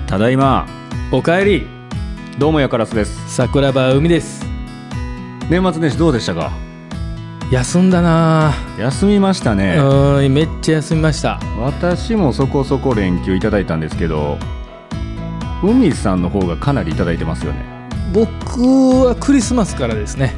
ただいま。 おかえり。 どうもやからすです。 桜庭海です。 年末年始どうでしたか？ 休んだな。 休みましたね。 めっちゃ休みました。 私もそこそこ連休いただいたんですけど、海さんの方がかなりいただいてますよね。 僕はクリスマスからですね。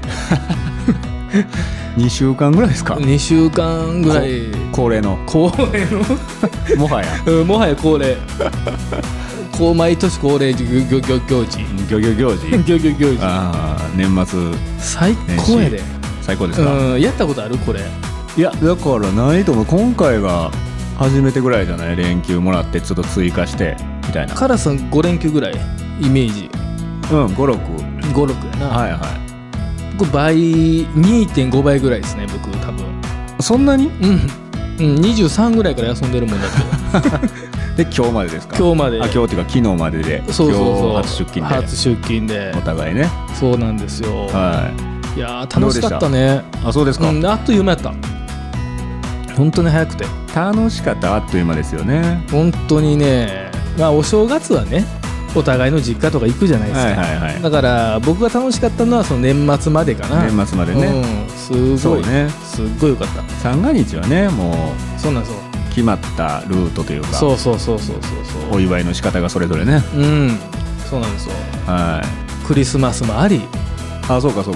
2週間ぐらいですか ？2週間ぐらい。 恒例の恒例のもはやもはや恒例。こう毎年恒例行事。 行事行事。 ああ、年末最高やで。 最高ですか？ やったことあるこれ？ いや、だからないと思う。今回が初めてぐらいじゃない？連休もらってちょっと追加してみたいな。 カラさん5連休ぐらいイメージ。 5、6 やな。 はいはい。 僕倍 2.5 倍ぐらいですね。僕多分そんなに 23ぐらいから休んでるもんだけど。で今日までですか？ 今日まで。 今日っていうか昨日までで。 そう今日初出勤でお互いね。 そうなんですよ。いや楽しかったね。 あ、そうですか。 あっという間やった。本当に早くて楽しかった。あっという間ですよね。 本当にね。まあお正月はねお互いの実家とか行くじゃないですか。だから僕が楽しかったのはその年末までかな。 年末までね。 すごいね。すっごいよかった。 三が日はねもうそうなんですよ。 決まったルートというか。 そう。 お祝いの仕方がそれぞれね。 そうなんですよ。 はい。 クリスマスもあり。 あ、そうか。そう。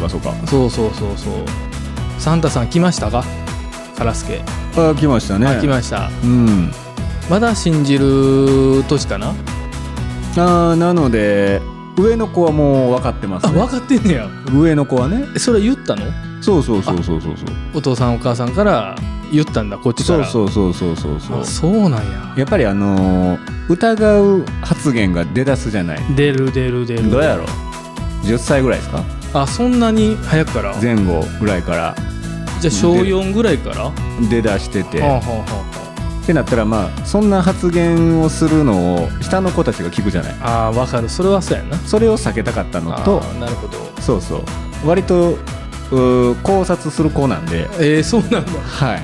サンタさん来ましたか？カラスケ。 あ、来ましたね。 来ました。まだ信じる年かな。 なので上の子はもう分かってますね。 分かってんねや。 上の子はね。 それ言ったの？そう。お父さんお母さんから言ったんだ、こっちから。そうそうなんや。 やっぱり疑う発言が出だすじゃない。 出る。どうやろう。10歳ぐらいですか？ あ、そんなに早くから？ 前後ぐらいから。 じゃあ小4ぐらいから出だしてて。ってなったら、まあそんな発言をするのを下の子たちが聞くじゃない。 ああ、分かる。それはそうやな。 それを避けたかったのと。 なるほど。 そう割と考察する子なんで。 そうなんだ。 はい。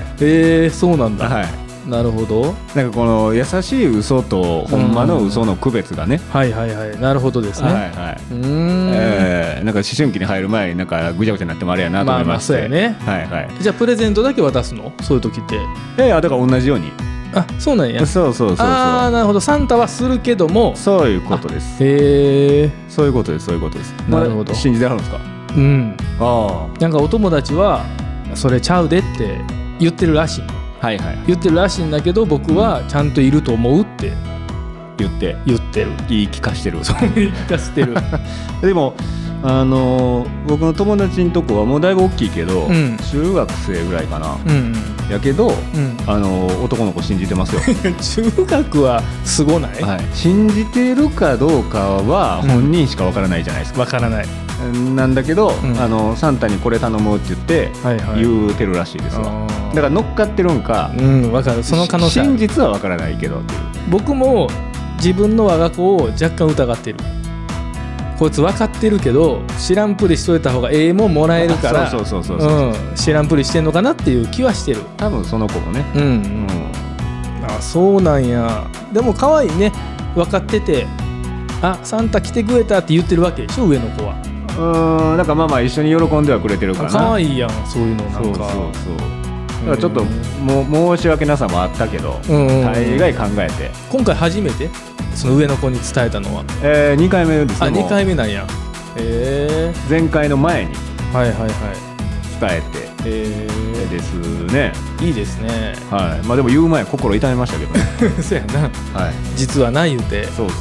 そうなんだ。 はい。 なるほど。 なんかこの優しい嘘とほんまの嘘の区別がね。 はい。なるほどですね。 なんか思春期に入る前になんかぐちゃぐちゃになってもあれやなと思いまして。 そうやね。じゃあプレゼントだけ渡すの？そういう時って。だから同じように。 あ、そうなんや。 そう。 ああ、なるほど。サンタはするけども。 そういうことです。そういうことです。 なるほど。 信じてはるんですか？ なんかお友達はそれちゃうでって言ってるらしい。言ってるらしいんだけど、僕はちゃんといると思うって言ってる。 言い聞かしてる。 そう言い聞かしてる。 でも僕の友達のとこはもうだいぶ大きいけど、中学生ぐらいかな。やけど男の子信じてますよ。 中学はすごない？ 信じてるかどうかは本人しかわからないじゃないですか。 わからない。 なんだけどサンタにこれ頼むって言って言うてるらしいですわ。だから乗っかってるんか。 わかる。その可能性。 真実はわからないけどっていう。 僕も自分の我が子を若干疑ってる。こいつ分かってるけど知らんぷりしといた方がええもんもらえるから知らんぷりしてんのかなっていう気はしてる。 多分その子もね。 あ、そうなんや。でも可愛いね。分かってて、あ、サンタ来てくれたって言ってるわけでしょ、上の子は。 なんかまあ一緒に喜んではくれてるかな。 可愛いやん、そういうの。なんかだからちょっと申し訳なさもあったけど、大概考えて今回初めてその上の子に伝えたのは 2回目ですね。 2回目なんや。 前回の前に伝えてですね。 いいですね。 まあでも言う前心痛めましたけどね。 そうやな。実はな言うて。 そう。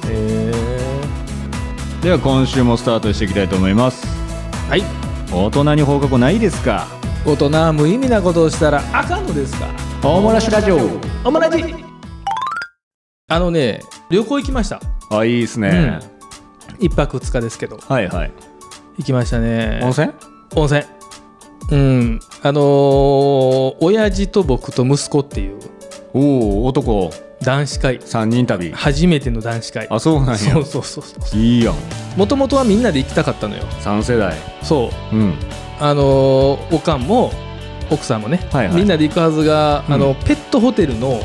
では今週もスタートしていきたいと思います。 はい。 大人に放課後ないですか？ 大人は無意味なことをしたらあかんのですか？ おもらしラジオ。 おもらじ。旅行行きました。 あ、いいですね。 1泊2日ですけど。 行きましたね。 温泉。 親父と僕と息子っていう。 男。 男子会。 3人旅。 初めての男子会。 あ、そうなんや。 そう。 いいやん。 もともとはみんなで行きたかったのよ。 3世代。 そう。おかんも奥さんもね、みんなで行くはずが、ペットホテルの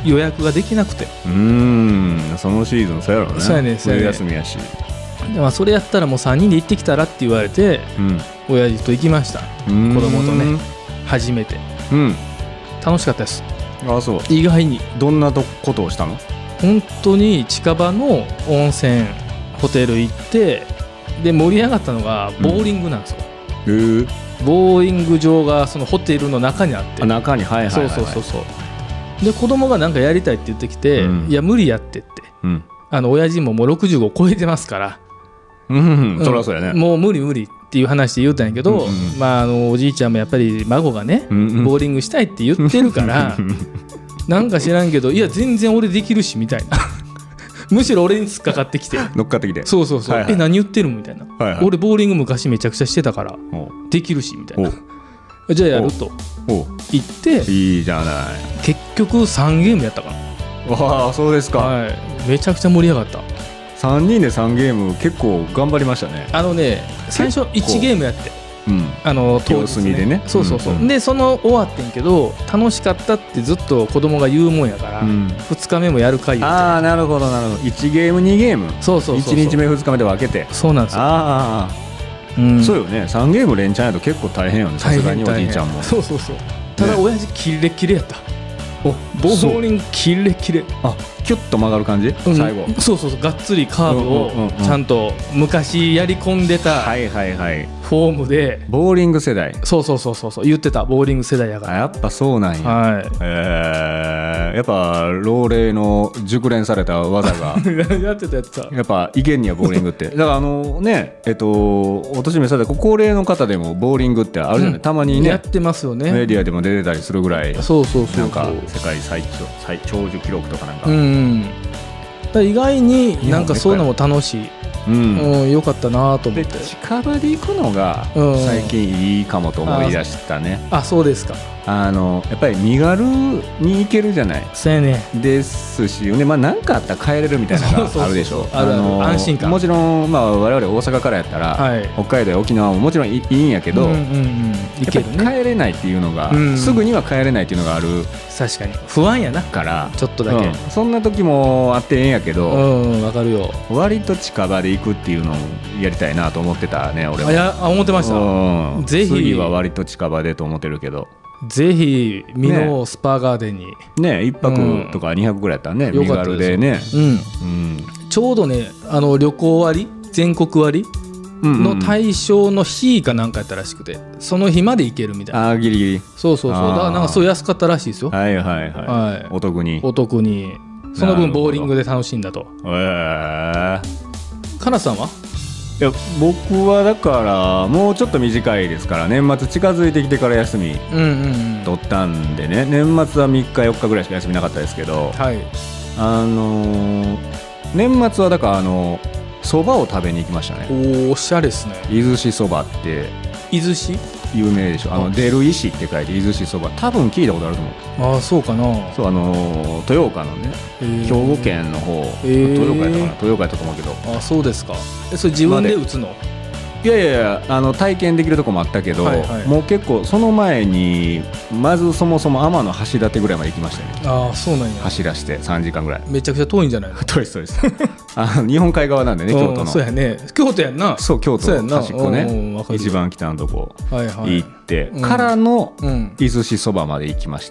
予約ができなくて、 そのシーズンそうやろうね。 そうやね、 冬休みやし。 でそれやったらもう3人で行ってきたらって言われて、親父と行きました。子供とね、初めて、楽しかったです。 あ、そう。 意外に。 どんなことをしたの？ 本当に近場の温泉ホテル行って、で盛り上がったのがボーリングなんですよ。ボーリング場がそのホテルの中にあって、 中に、はいはいはい、 そうで子供がなんかやりたいって言ってきて、いや無理やってって、親父ももう65超えてますから、 そりゃそうやね、 もう無理っていう話で言うたんやけど、おじいちゃんもやっぱり孫がね、ボーリングしたいって言ってるからなんか知らんけど、いや全然俺できるしみたいなむしろ俺に突っかかってきて乗っかってきて、 そう、何言ってるみたいな、俺ボーリング昔めちゃくちゃしてたからできるしみたいな、じゃあやると言って、 いいじゃない。 結局3ゲームやったかな。 わあ、そうですか。 めちゃくちゃ盛り上がった。 3人で3ゲーム結構頑張りましたね。 最初1ゲームやって、 様子見でね。 そうでその終わってんけど、楽しかったってずっと子供が言うもんやから、2日目もやるか言うて。 ああ、なるほど1ゲーム2ゲーム、 そう 1日目2日目で分けて。 そうなんですよ。 そうよね。3ゲーム連チャンやと結構大変よね、さすがにおじいちゃんも。 そうただ親父キレッキレやった。ボーリングキレキレ。 キュッと曲がる感じ、最後。そうがっつりカーブをちゃんと昔やり込んでたフォームで。 ボーリング世代。 そう言ってた、ボーリング世代やから。 やっぱそうなんや。やっぱ老齢の熟練された技がやってたやっぱいけんにはボーリングってだからね、お年めされた高齢の方でもボーリングってあるじゃない、たまにねやってますよね。 メディアでも出てたりするぐらい。 そうなんか世界最長寿記録とかなんか、 意外になんかそういうのも楽しい、よかったなと思って。 近場で行くのが最近いいかもと思い出したね。 そうですか。 やっぱり身軽に行けるじゃない。 そうやね。 ですし、何かあったら帰れるみたいなのがあるでしょ。 安心感。 もちろん、我々大阪からやったら、北海道や沖縄ももちろんいいんやけど、やっぱり帰れないっていうのが、すぐには帰れないっていうのがある。 確かに不安やなからちょっとだけ、 そんな時もあってええんやけど、 わかるよ。 割と近場で行くっていうのをやりたいなと思ってたね、俺は。 思ってました。ぜひ次は割と近場でと思ってるけど、 ぜひ美濃スパガーデンにね、1泊とか2泊ぐらいやったらね、身軽でね、 ちょうどね、旅行割、全国割の対象の日かなんかやったらしくて、その日まで行けるみたいな。 ギリギリ。 そうだからなんかそう安かったらしいですよ。 お得にその分ボーリングで楽しんだと。かなさんは？ いや、僕はだからもうちょっと短いですから、年末近づいてきてから休み取ったんでね、年末は3日4日ぐらいしか休みなかったですけど、年末はだからそばを食べに行きましたね。 おしゃれですね。 伊豆市そばって。 伊豆市有名でしょ。出る石って書いて伊豆市そば、多分聞いたことあると思う。 そうかな。 そう、豊岡のね、兵庫県の方、豊岡やったかな、豊岡やったと思うけど。 そうですか。それ自分で打つの？ いや体験できるとこもあったけど、もう結構その前にまずそもそも天橋立ぐらいまで行きましたね。 そうなんや。 走らして3時間ぐらい。 めちゃくちゃ遠いんじゃないの？ 遠いです日本海側なんでね、京都の。 そうやね、京都やんな。 そう、京都端っこね、一番北のとこ行ってからの伊豆市そばまで行きまして、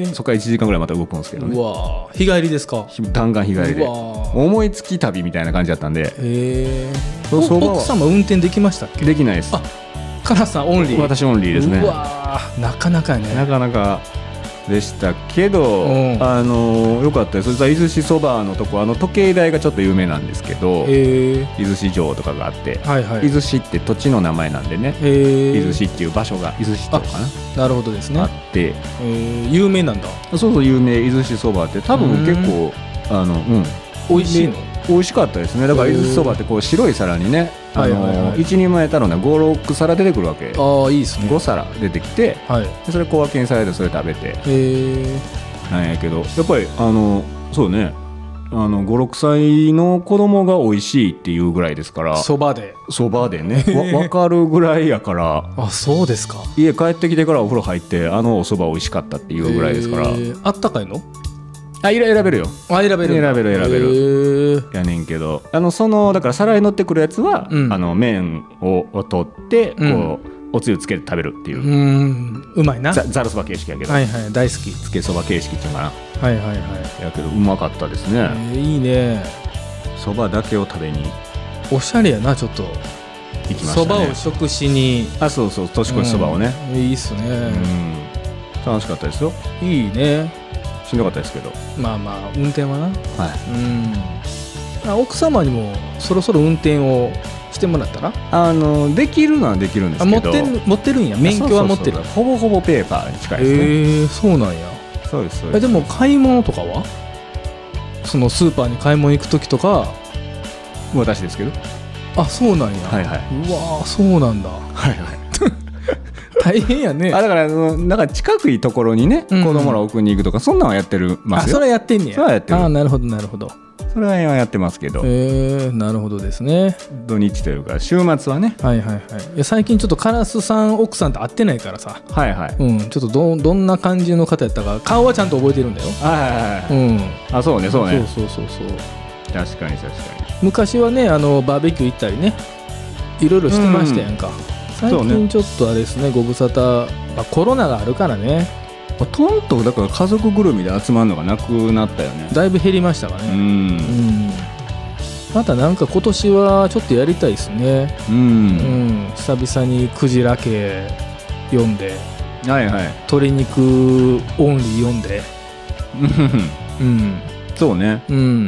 そこから1時間ぐらいまた動くんですけどね。 日帰りですか？ 弾丸日帰りで、思いつき旅みたいな感じだったんで。 奥様運転できましたっけ？ できないです。 かなさんオンリー？ 私オンリーですね。 なかなかね。 なかなかでしたけど、よかったです。伊豆市そばのとこ、時計台がちょっと有名なんですけど、伊豆市城とかがあって、伊豆市って土地の名前なんでね、伊豆市っていう場所が伊豆市町かな。 なるほどですね。 あって、 有名なんだ。 そう有名。伊豆市そばって多分結構美味しいの？ 美味しかったですね。だから伊豆そばってこう白い皿にね、一人前やったらね5、6皿出てくるわけ。いいですね。5皿出てきて、それ小分けにされてそれ食べてなんやけど、やっぱりそうね、 56歳の子供が美味しいっていうぐらいですから、 そばでね分かるぐらいやから。 あ、そうですか。 家帰ってきてからお風呂入ってお蕎麦美味しかったっていうぐらいですから。 あったかいの？ 選べるよ。選べるやねんけど、だから皿に乗ってくるやつは、麺を取ってこう、おつゆつけて食べるっていう。 うまいな。 ざるそば形式やけど、 はいはい、大好き。 つけそば形式っていうかな。 はいはいはい。 やけどうまかったですね。 いいね。 そばだけを食べにおしゃれやな。ちょっと行きましたね。 そばを食しに。 そう年越しそばをね。 いいっすね。 楽しかったですよ。 いいね。 しんどかったですけど、 まあ運転はな。奥様にもそろそろ運転をしてもらったら。 できるのはできるんですけど、 持ってるんや。免許は持ってる。 ほぼペーパーに近いですね。 そうなんや。 そうです。 でも買い物とかは、そのスーパーに買い物行く時とか。 私ですけど。 あ、そうなんや。 はいはい。 うわ、そうなんだ。 はいはい。 大変やね。 だから近くいところにね、子供ら送りに行くとか、そんなんはやってますよ。 それはやってんねや。 それはやってる。 なるほどなるほど。 それはやってますけど。 なるほどですね。 土日というか週末はね。 はいはいはい。最近ちょっとカラスさん奥さんと会ってないからさ。 はいはい。 ちょっとどんな感じの方やったか、顔はちゃんと覚えてるんだよ。 はいはいはい。そうね。 そう。 確かに。 昔はね、バーベキュー行ったりね、いろいろしてましたやんか。最近ちょっとあれですね、ご無沙汰、コロナがあるからね。 トンとだから家族ぐるみで集まるのがなくなったよね。 だいぶ減りましたかね。またなんか今年はちょっとやりたいですね。久々にクジラ系読んで、鶏肉オンリー読んで。 そうね。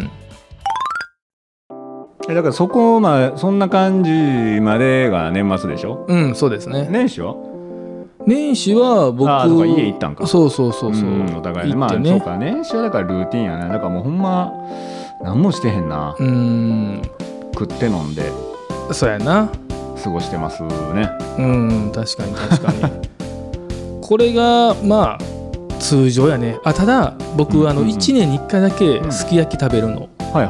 だからそんな感じまでが年末でしょ。 そうですね。 年始は僕家行ったんか。 そう、お互いね。そうか、年始はだからルーティンやね。だからもうほんま何もしてへんな。食って飲んでそうやな、 過ごしてますね。 確かにこれが通常やね。ただ僕1年に1回だけすき焼き食べるの。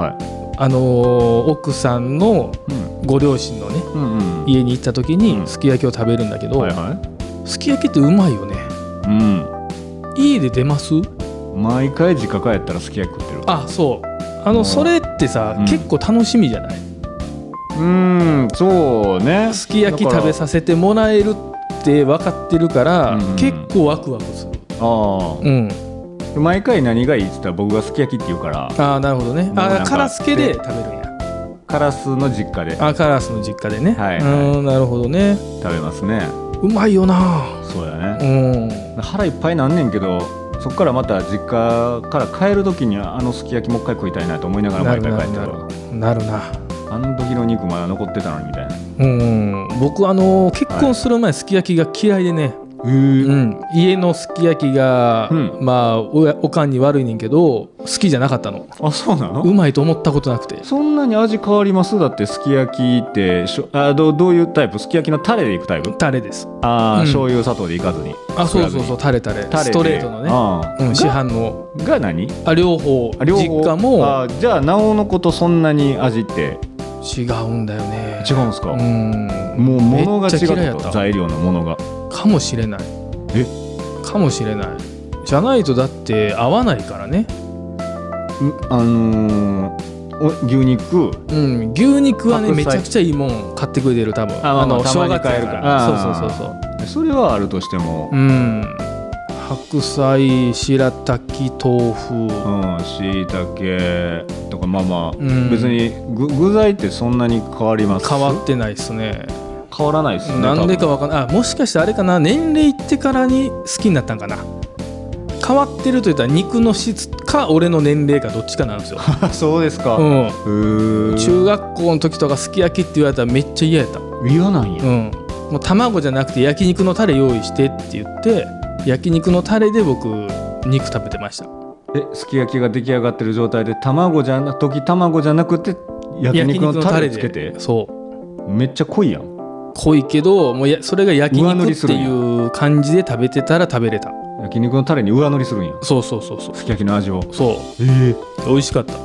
奥さんのご両親のね、家に行った時にすき焼きを食べるんだけど、すき焼きってうまいよね。家で出ます？ 毎回実家帰ったらすき焼き食ってる。 そうそれってさ、結構楽しみじゃない？ そうね。 すき焼き食べさせてもらえるって分かってるから、結構ワクワクする。 毎回何がいいって言ったら僕がすき焼きって言うから。 なるほどね。カラスケで食べるんや。 カラスの実家で。 カラスの実家でね。なるほどね。 食べますね。 うまいよな。 そうやね。腹いっぱいなんねんけど、そっからまた実家から帰る時にすき焼きもう一回食いたいなと思いながら毎回帰ってるわ。 なるな。 時の肉まだ残ってたのにみたいな。 僕結婚する前すき焼きが嫌いでね。家のすき焼きが、おかんに悪いねんけど好きじゃなかったの。 そうなの？ うまいと思ったことなくて。 そんなに味変わります？だってすき焼きってどういうタイプ？すき焼きのタレでいくタイプ？タレです。醤油砂糖でいかずに。そうタレストレートのね。市販のが何？ 両方実家も。 じゃあなおのことそんなに味って違うんだよね。違うんですか？もう物が違った。材料のものがかもしれない。かもしれない。じゃないとだって合わないからね。 牛肉。 牛肉はねめちゃくちゃいいもん買ってくれてる多分。正月やから。そう。 それはあるとしても。 白菜、白滝、豆腐、 椎茸とか別に具材ってそんなに変わります？ 変わってないですね。 変わらないですね。 なんでかわかんない。もしかしてあれかな、年齢いってからに好きになったんかな。変わってるといったら肉の質か俺の年齢かどっちかなんですよ。 そうですか。 中学校の時とかすき焼きって言われたらめっちゃ嫌やった。 嫌なんや。 もう卵じゃなくて焼肉のタレ用意してって言って焼肉のタレで僕肉食べてました。 すき焼きが出来上がってる状態で卵じゃなくて焼肉のタレつけて。そうめっちゃ濃いやん。 濃いけどもうそれが焼肉っていう感じで食べてたら食べれた。 焼肉のタレに上塗りするんや。 そうすき焼きの味を。 美味しかった。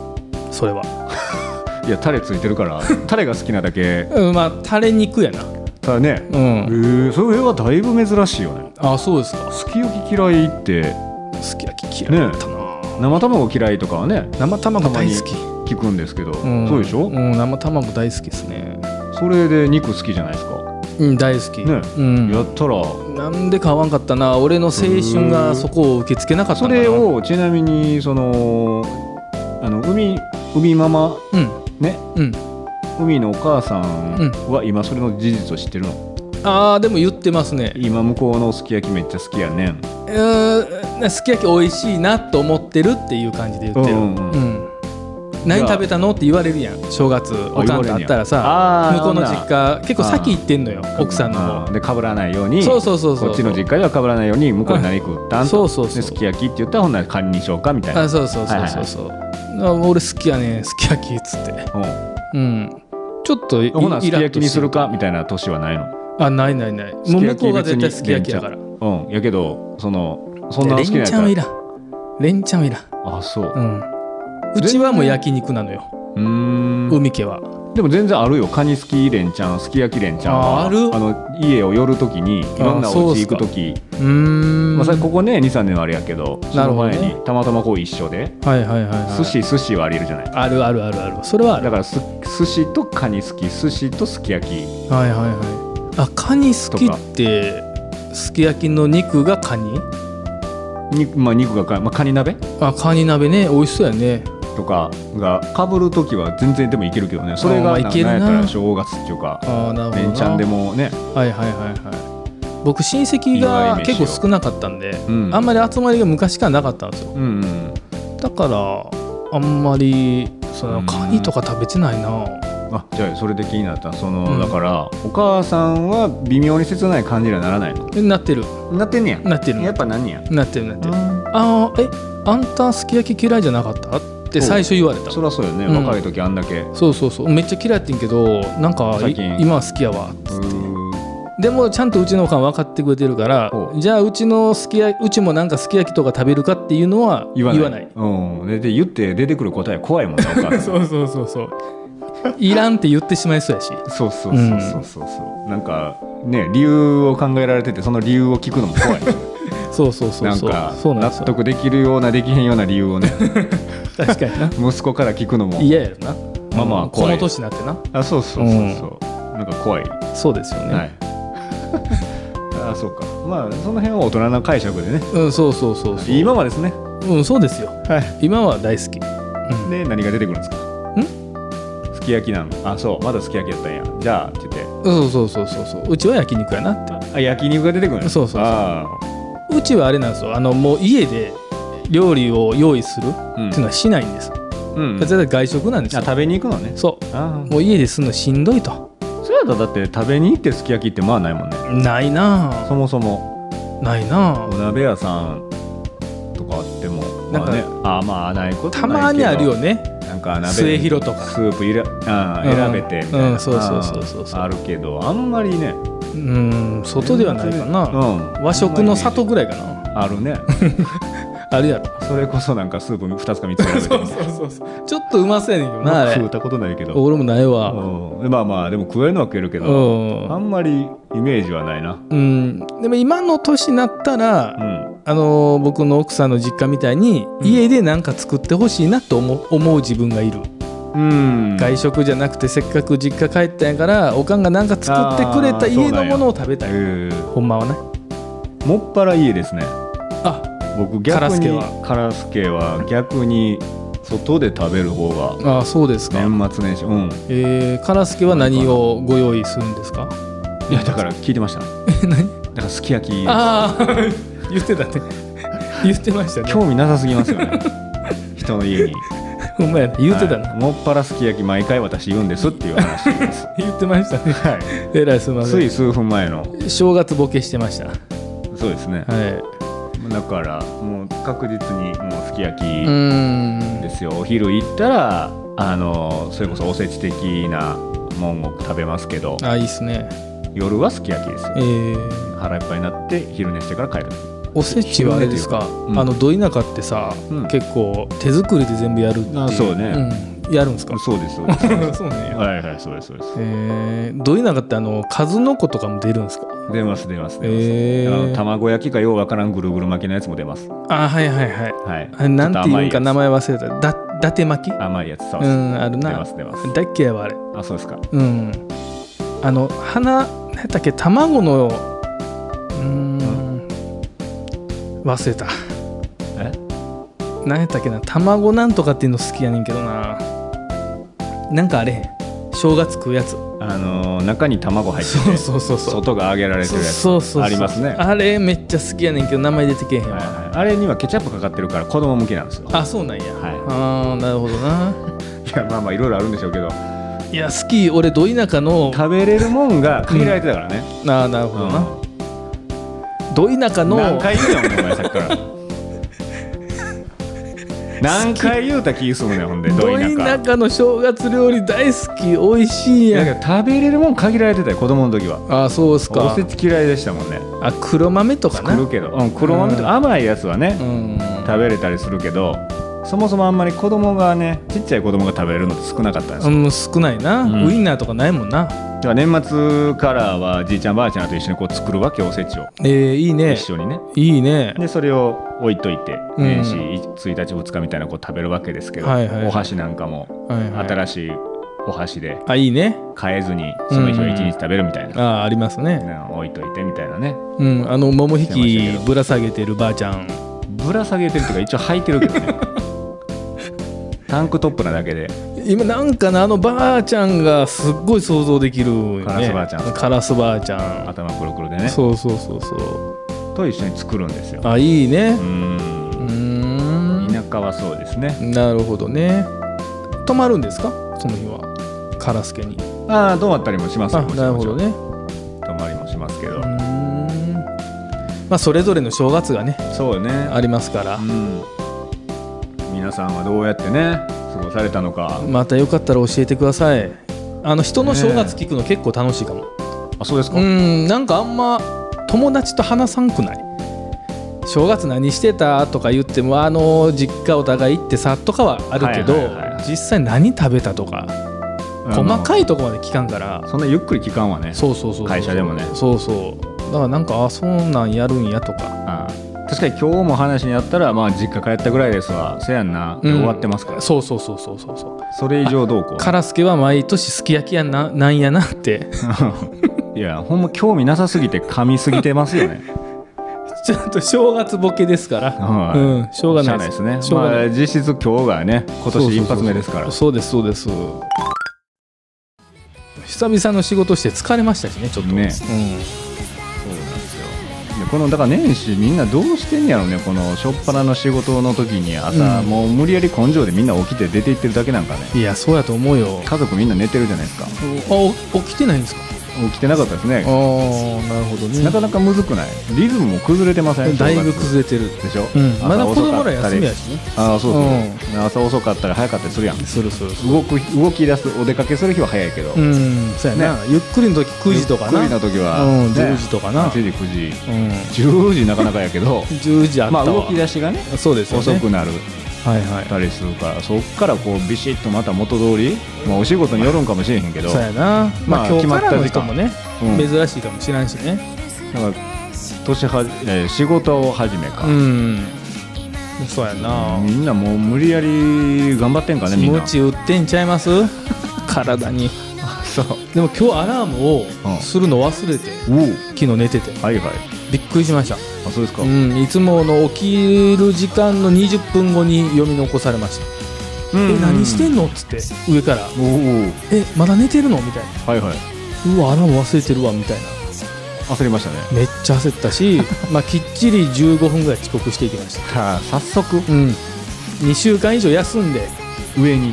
それはいやタレついてるからタレが好きなだけまあタレ肉やな。 ただね、それはだいぶ珍しいよね。 あ、そうですか。 すき焼き嫌いって。 すき焼き嫌いだったな、ね、 生卵嫌いとかはね、 生卵大好き聞くんですけど、そうでしょ。 生卵大好きですね。 それで肉好きじゃないですか。 大好き、ね、 やったらなんで買わんかったな。俺の青春がそこを受け付けなかったんだな。 それをちなみにその海ママ、ね、海のお母さんは今それの事実を知ってるの？ でも言ってますね。 今向こうのすき焼きめっちゃ好きやねん。 すき焼き美味しいなと思ってるっていう感じで言ってる。何食べたのって言われるやん。正月おかんと会ったらさ、向こうの実家結構先行ってんのよ、奥さんの方で。 かぶらないように、 こっちの実家ではかぶらないように向こうに何食ったんと、すき焼きって言ったらほんならカニにしようかみたいな。 そう俺好きやねんすき焼きっつって。ちょっとほなすき焼きにするかみたいな年はないの？ ない。もう向こうが絶対すき焼きやから。 やけどそんな好きなやつレンチャンはいらん。レンチャンはいらん。 あ、そう。 うちはもう焼肉なのよ。海家は。 でも全然あるよ。カニすきレンチャン、すき焼きレンチャンはある。 家を寄るときにいろんなお家行くとき、ここね 2,3 年はあれやけど、その前にたまたまこう一緒で寿司はありえるじゃない。 ある。それはある。 だから寿司とカニすき、寿司とすき焼き。 カニすきってすき焼きの肉がカニ？ 肉がカニ鍋？ カニ鍋ね、美味しそうやね。 とかがかぶるときは全然でもいけるけどね。それが何やったら正月っていうかレンチャンでもね。僕親戚が結構少なかったんで、あんまり集まりが昔からなかったんですよ。だからあんまりそのカニとか食べてないな。 じゃあそれで気になった。だからお母さんは微妙に切ない感じにはならないの？ なってる。 なってんねや。 なってる。 やっぱ何や？ なってる。あんたすき焼き嫌いじゃなかったって最初言われた。 そりゃそうよね、若い時あんだけ。 そうめっちゃ嫌いって言うんけど、なんか今は好きやわっつって。でもちゃんとうちのおかん分かってくれてるから、じゃあうちもなんかすき焼きとか食べるかっていうのは言わない。 で言って出てくる答え怖いもんね。 そういらんって言ってしまいそうやし。 そうなんかね、理由を考えられてて、その理由を聞くのも怖い。なんか納得できるようなできへんような理由をね。 確かにな。 息子から聞くのも嫌やろな。 ママは怖い。 この年になってな。 そうなんか怖い。 そうですよね。 そうか。その辺は大人の解釈でね。 そう今はですね。 そうですよ。今は大好き。 で何が出てくるんですか？すき焼きなの？そう、まだすき焼きやったんや。じゃあって言って。 そう。うちは焼肉やなって。 焼肉が出てくる。 そう。うちはあれなんですよ。もう家で料理を用意するっていうのはしないんです。絶対外食なんですよ。 食べに行くのね。 そう。もう家でするのしんどいと。 それだって食べに行ってすき焼きってないもんね。 ないな。 そもそもないな。 お鍋屋さんとかあってもないことないけど、 たまにあるよね。 なんか鍋末広とかスープ選べてみたいな。そうあるけど、あんまりね。 外ではないかな。和食の里ぐらいかな。 あるね。 あるやろ。 それこそなんかスープ2つか3つ選べて。 ちょっとうまそうやねんけどな。 食ったことないけど。 俺もないわ。 でも食えるのは食えるけど、あんまりイメージはないな。 でも今の年になったら、僕の奥さんの実家みたいに家で何か作ってほしいなと思う自分がいる。外食じゃなくてせっかく実家帰ったんやからおかんが何か作ってくれた家のものを食べたい。ほんまはね。 もっぱら家ですね。僕逆にカラスケは逆に外で食べる方が。 そうですか。 年末年始。 カラスケは何をご用意するんですか？ いやだから聞いてました。 何？ だからすき焼き。 言ってたね。言ってましたね。 興味なさすぎますよね。人の家に。 ほんまやね。言ってたな。 もっぱらすき焼き毎回私言うんですっていう話です。 言ってましたね。えらいすみません。 つい数分前の正月ボケしてました。 そうですね。だからもう確実にもうすき焼きですよ。お昼行ったらそれこそおせち的なもんを食べますけど。 いいっすね。 夜はすき焼きですよ。腹いっぱいになって昼寝してから帰る。 おせちはあれですか、ど田舎ってさ、結構手作りで全部やるっていう。 そうね。 やるんですか？ そうですそうですそうね。 はいはい、そうですそうです。 ど田舎って数の子とかも出るんですか？ 出ます出ます出ます。卵焼きかようわからんぐるぐる巻きのやつも出ます。 あ、はいはいはい。はい。なんていうんか名前忘れた。伊達巻き？ 甘いやつ。そうです。あるな。 出ます出ます。 大っ嫌いはあれ。 あ、そうですか。 何やったっけ、卵の忘れた。何やったっけな、卵なんとかっていうの好きやねんけどな。なんかあれ正月食うやつ、 中に卵入ってて外が揚げられてるやつありますね。 あれめっちゃ好きやねんけど名前出てけえへんわ、 あれにはケチャップかかってるから子供向けなんですよ。 あ、そうなんや、ああ、なるほどな。 いや、まあまあいろいろあるんでしょうけど、 いや、好き。俺ど田舎の食べれるもんが限られてたからね。 ああ、なるほどな。ど田舎の何回言うやんお前さっきから何回言うた気するねん。ほんでど田舎の正月料理大好き、美味しいやん。 だから食べれるもん限られてたよ子供の時は。 あ、そうですか。 おせち嫌いでしたもんね。 あ、黒豆とかな。 作るけど、黒豆とか甘いやつはね、食べれたりするけど、そもそもあんまり子供がね、ちっちゃい子供が食べれるのって少なかったんですよ。 少ないな、ウインナーとかないもんな。 だから年末からはじいちゃんばあちゃんと一緒にこう作るわけ、おせちを。 いいね。 一緒にね。 いいね。 でそれを置いといて、年始1日2日みたいなこう食べるわけですけど、お箸なんかも新しいお箸でいいね、 変えずにその日は1日食べるみたいな、 ありますね。 置いといてみたいなね。 桃引きぶら下げてるばあちゃん。 ぶら下げてるっていうか一応履いてるけどねタンクトップなだけで。 今なんかな、ばあちゃんがすっごい想像できるよね。 カラスばあちゃん。 カラスばあちゃん、 頭くるくるでね。 そうと一緒に作るんですよ。 あ、いいね。 田舎はそうですね。 なるほどね。泊まるんですかその日は、カラス家に。 ああ、泊まったりもしますよ。 なるほどね。 泊まりもしますけど、 まあそれぞれの正月がね、 そうね、 ありますから、 皆さんはどうやってね過ごされたのか、 またよかったら教えてください。人の正月聞くの結構楽しいかも。 あ、そうですか。 なんかあんま友達と話さんくない？正月何してたとか言っても実家お互い行ってさとかはあるけど、実際何食べたとか細かいとこまで聞かんから。 そんなゆっくり聞かんわね。そう会社でもね。だからなんかそんなんやるんやとか。確かに今日も話にあったら、まあ実家帰ったぐらいですわ、せやんな、終わってますから。そうそれ以上どうこう。 カラスケは毎年すき焼きやなんやなっていや、ほんま興味なさすぎて噛みすぎてますよねちょっと正月ボケですから、しょうがないですね。 実質今日がね、今年一発目ですから。 そうです。久々の仕事して疲れましたしね、ちょっとね。 だから年始みんなどうしてんやろね。この初っ端の仕事の時に朝、もう無理やり根性でみんな起きて出て行ってるだけなんかね。 いや、そうやと思うよ。 家族みんな寝てるじゃないですか。 起きてないんですか？ 起きてなかったですね。 なるほどね。 なかなかむずくない？リズムも崩れてません？ だいぶ崩れてるでしょ。 まだ子供ら休みやしね。 そう、朝遅かったり早かったりするやん。動き出す、お出かけする日は早いけど、 そうやな。ゆっくりの時9時とかな。 ゆっくりの時は 10時とかな。 8時9時10時なかなかやけど 10時あったわ。 動き出しがね、遅くなるたりするから、そっからこうビシッとまた元通り、お仕事によるんかもしれへんけど、 そうやな。今日からの人もね、珍しいかもしれんしね。 だから仕事を始めか。 そうやな。 みんなもう無理やり頑張ってんかね。みんなムチ打ってんちゃいます体に。でも今日アラームをするの忘れて、昨日寝ててびっくりしました。 そうですか。 いつもの起きる時間の20分後に読み残されました。何してんのっつって上から、まだ寝てるのみたいな。うわ、アラーム忘れてるわみたいな。 焦りましたね。 めっちゃ焦ったしきっちり15分ぐらい遅刻していきました。 早速 2週間以上休んで上に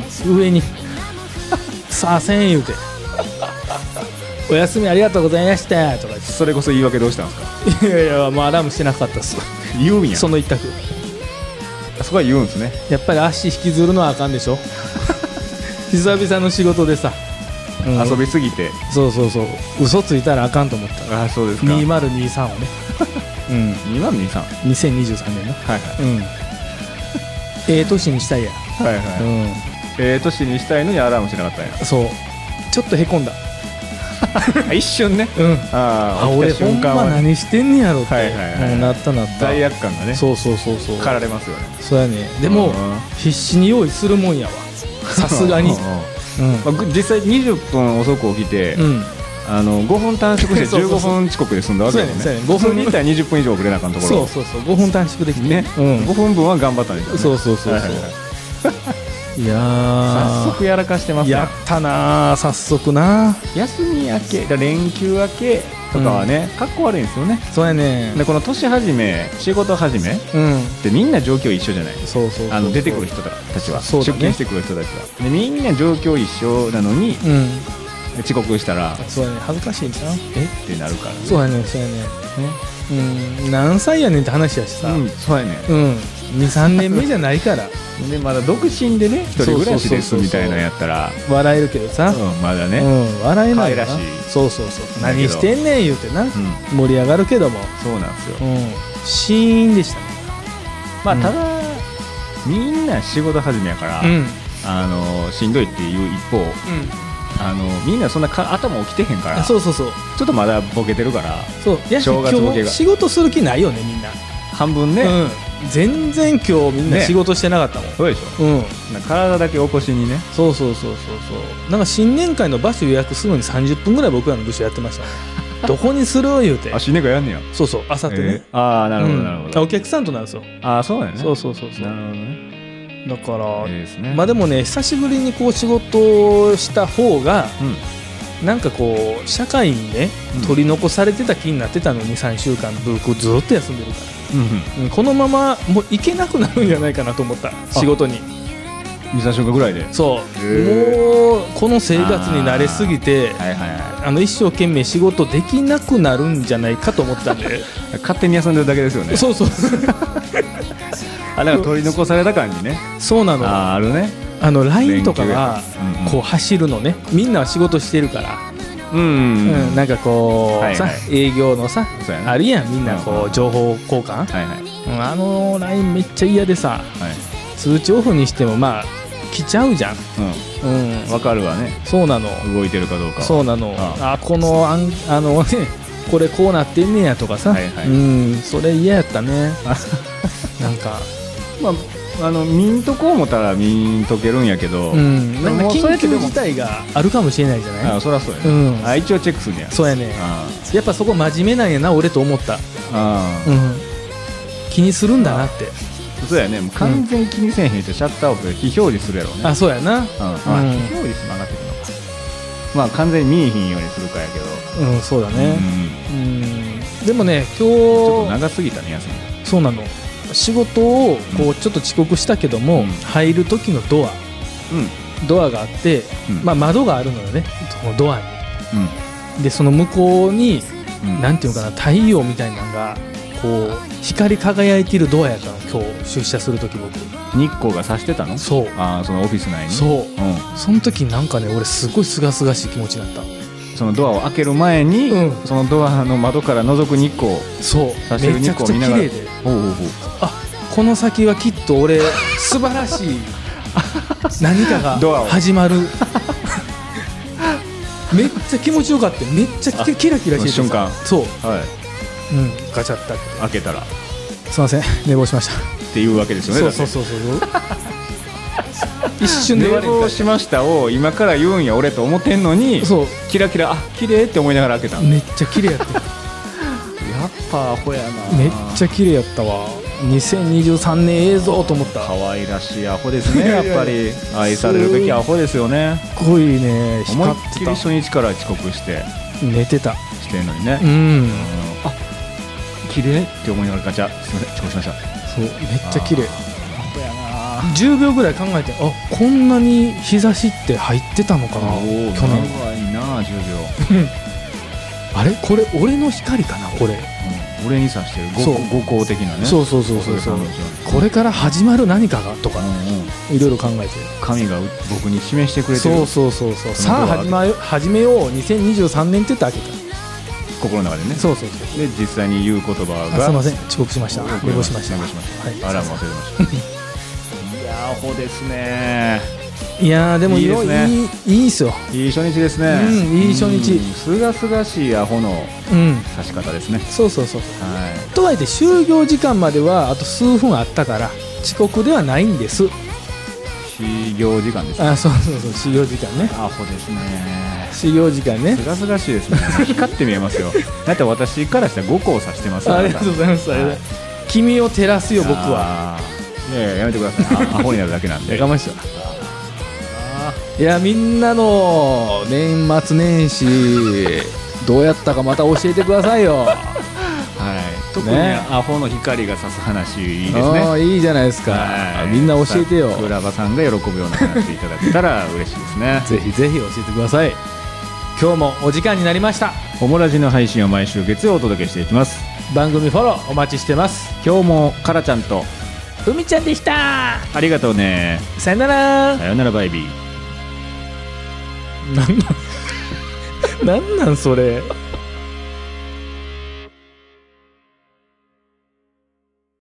さあ1000円言うてお休みありがとうございましたとか言って。 それこそ言い訳どうしたんですか？ いや、もうアラームしてなかったっす。 言うんや。 その一択。 そこは言うんですね。 やっぱり足引きずるのはあかんでしょ久々の仕事でさ、 遊びすぎて。 そう嘘ついたらあかんと思った。 そうですか。 2023をね 2023 2023年の年にしたいや。 年にしたいのにアラームしなかったんや。 そうちょっとへこんだ一瞬ね、 俺ほんま何してんねやろって、なった罪悪感がね、 そう駆られますよね。 そうやね。でも必死に用意するもんやわ、さすがに。 実際20分遅く起きて5分短縮して15分遅刻で済んだわけだよね。5分に行ったら20分以上遅れなあかんところ、 そう5分短縮できてね、 5分分は頑張ったんですよね。 そういや早速やらかしてますね。 やったな、早速な。 休み明け連休明けとかはね、かっこ悪いんですよね。 そうやね。 でこの年始め仕事始めってみんな状況一緒じゃない。出てくる人たちは、出勤してくる人たちはでみんな状況一緒なのに、遅刻したらそうやね、恥ずかしいんちゃうってなるからね。 そうやね何歳やねんって話やしさ。 そうやね。 2,3年目じゃないからでまだ独身でね一人暮らしですみたいなやったら笑えるけどさ、 まだね、 笑えないな。 可愛らしい。 そう何してんねん言うてな、盛り上がるけども、 そうなんですよ。 シーンでしたね。 まあただみんな仕事始めやからしんどいっていう一方、みんなそんな頭起きてへんから、ちょっとまだボケてるから、 正月ボケが仕事する気ないよねみんな。 半分ね、 全然今日みんな仕事してなかったもん。 そうでしょ。体だけ起こしにね。 そうなんか新年会の場所予約するのに30分ぐらい僕らの部署やってましたね。どこにする言うて。 新年会やんねや。 そうあさってね。 なるほどなるほど。 お客さんとなんですよ。 そうだよね。 そうなるほどね。 だからまあでもね、久しぶりにこう仕事をした方がなんかこう社会にね取り残されてた気になってたのに、3週間僕ずっと休んでるから、このままもう行けなくなるんじゃないかなと思った、仕事に。 2,3 週間ぐらいで。 もうこの生活に慣れすぎて一生懸命仕事できなくなるんじゃないかと思ったんで勝手に休んでるだけですよね。なんか取り残された感じね。 そうなの。 あるね。 LINE とかがこう走るのね、みんなは仕事してるから、なんかこうさ、営業のさあるやん、みんなこう情報交換、LINE めっちゃ嫌でさ、通知オフにしてもまあ来ちゃうじゃん。 わかるわね。 そうなの。 動いてるかどうか。 そうなの。このこれこうなってんねやとかさ、それ嫌やったね。なんか見んとこ思ったら見んとけるんやけど、 なんか緊急事態があるかもしれないじゃない。 そりゃそうやね。一応チェックするんや。 そうやね。やっぱそこ真面目なんやな俺と思った。気にするんだなって。 そうやね。もう完全気にせえへんってシャッターオフで非表示するやろうね。 そうやな。 非表示曲がってくるのか。まあ完全に見えひんようにするかやけど。 そうだね。でもね今日ちょっと長すぎたね休み。 そうなの。仕事をこうちょっと遅刻したけども、入る時のドアがあって、窓があるのよね、そのドアに。でその向こうになんていうかな、太陽みたいなのがこう光り輝いているドアやから、今日出社する時僕日光が差してたの。そのオフィス内に。その時なんかね、俺すごい清々しい気持ちになった。 そのドアを開ける前に、そのドアの窓から覗く日光、差してる日光を見ながら、めちゃくちゃ綺麗で、この先はきっと俺素晴らしい何かが始まるめっちゃ気持ちよかった。めっちゃキラキラしてる瞬間。 ガチャッと開けたら、 すいません寝坊しましたっていうわけですよね。 そう一瞬で寝坊しましたを今から言うんや俺と思ってんのに、キラキラ綺麗って思いながら開けた。 めっちゃ綺麗やったやっぱアホやな。 めっちゃ綺麗やったわ。2023年映像と思った。 可愛らしいアホですね。やっぱり愛されるべきアホですよね。 すごいね。 思いっきり初日から遅刻して寝てたしてんのにね。綺麗って思いながらガチャ、すみません遅刻しました。 めっちゃ綺麗。10秒ぐらい考えて、こんなに日差しって入ってたのかな去年。 長いな10秒あれこれ俺の光かなこれ、 俺に指してる五光的なね。 そうこれから始まる何かがとかいろいろ考えて、 神が僕に示してくれてる。 さあ始めよう2023年って言って開けた心の中でね。で実際に言う言葉が、 すいません遅刻しました、寝坊しました、 アラーム忘れてました。いやアホですね。 いやでもいいですよ。 いい初日ですね。 いい初日。 すがすがしいアホの指し方ですね。 そう。とはいえ就業時間まではあと数分あったから遅刻ではないんです。 始業時間ですね。 そう始業時間ね。 アホですね。 始業時間ね。 すがすがしいですね。光って見えますよ。だって私からしたら5個を指してます。 ありがとうございます。君を照らすよ僕は。 やめてください。アホになるだけなんで。 我慢しよう。いやみんなの年末年始どうやったかまた教えてくださいよ。 特にアホの光が差す話いいですね。 いいじゃないですか。みんな教えてよ。 桜庭さんが喜ぶような話いただけたら嬉しいですね。 ぜひぜひ教えてください。今日もお時間になりました。 オモラジの配信を毎週月曜お届けしていきます。 番組フォローお待ちしてます。 今日もカラちゃんとふみちゃんでした。 ありがとうね。 さよなら。 さよならバイビー。 なんなんそれ。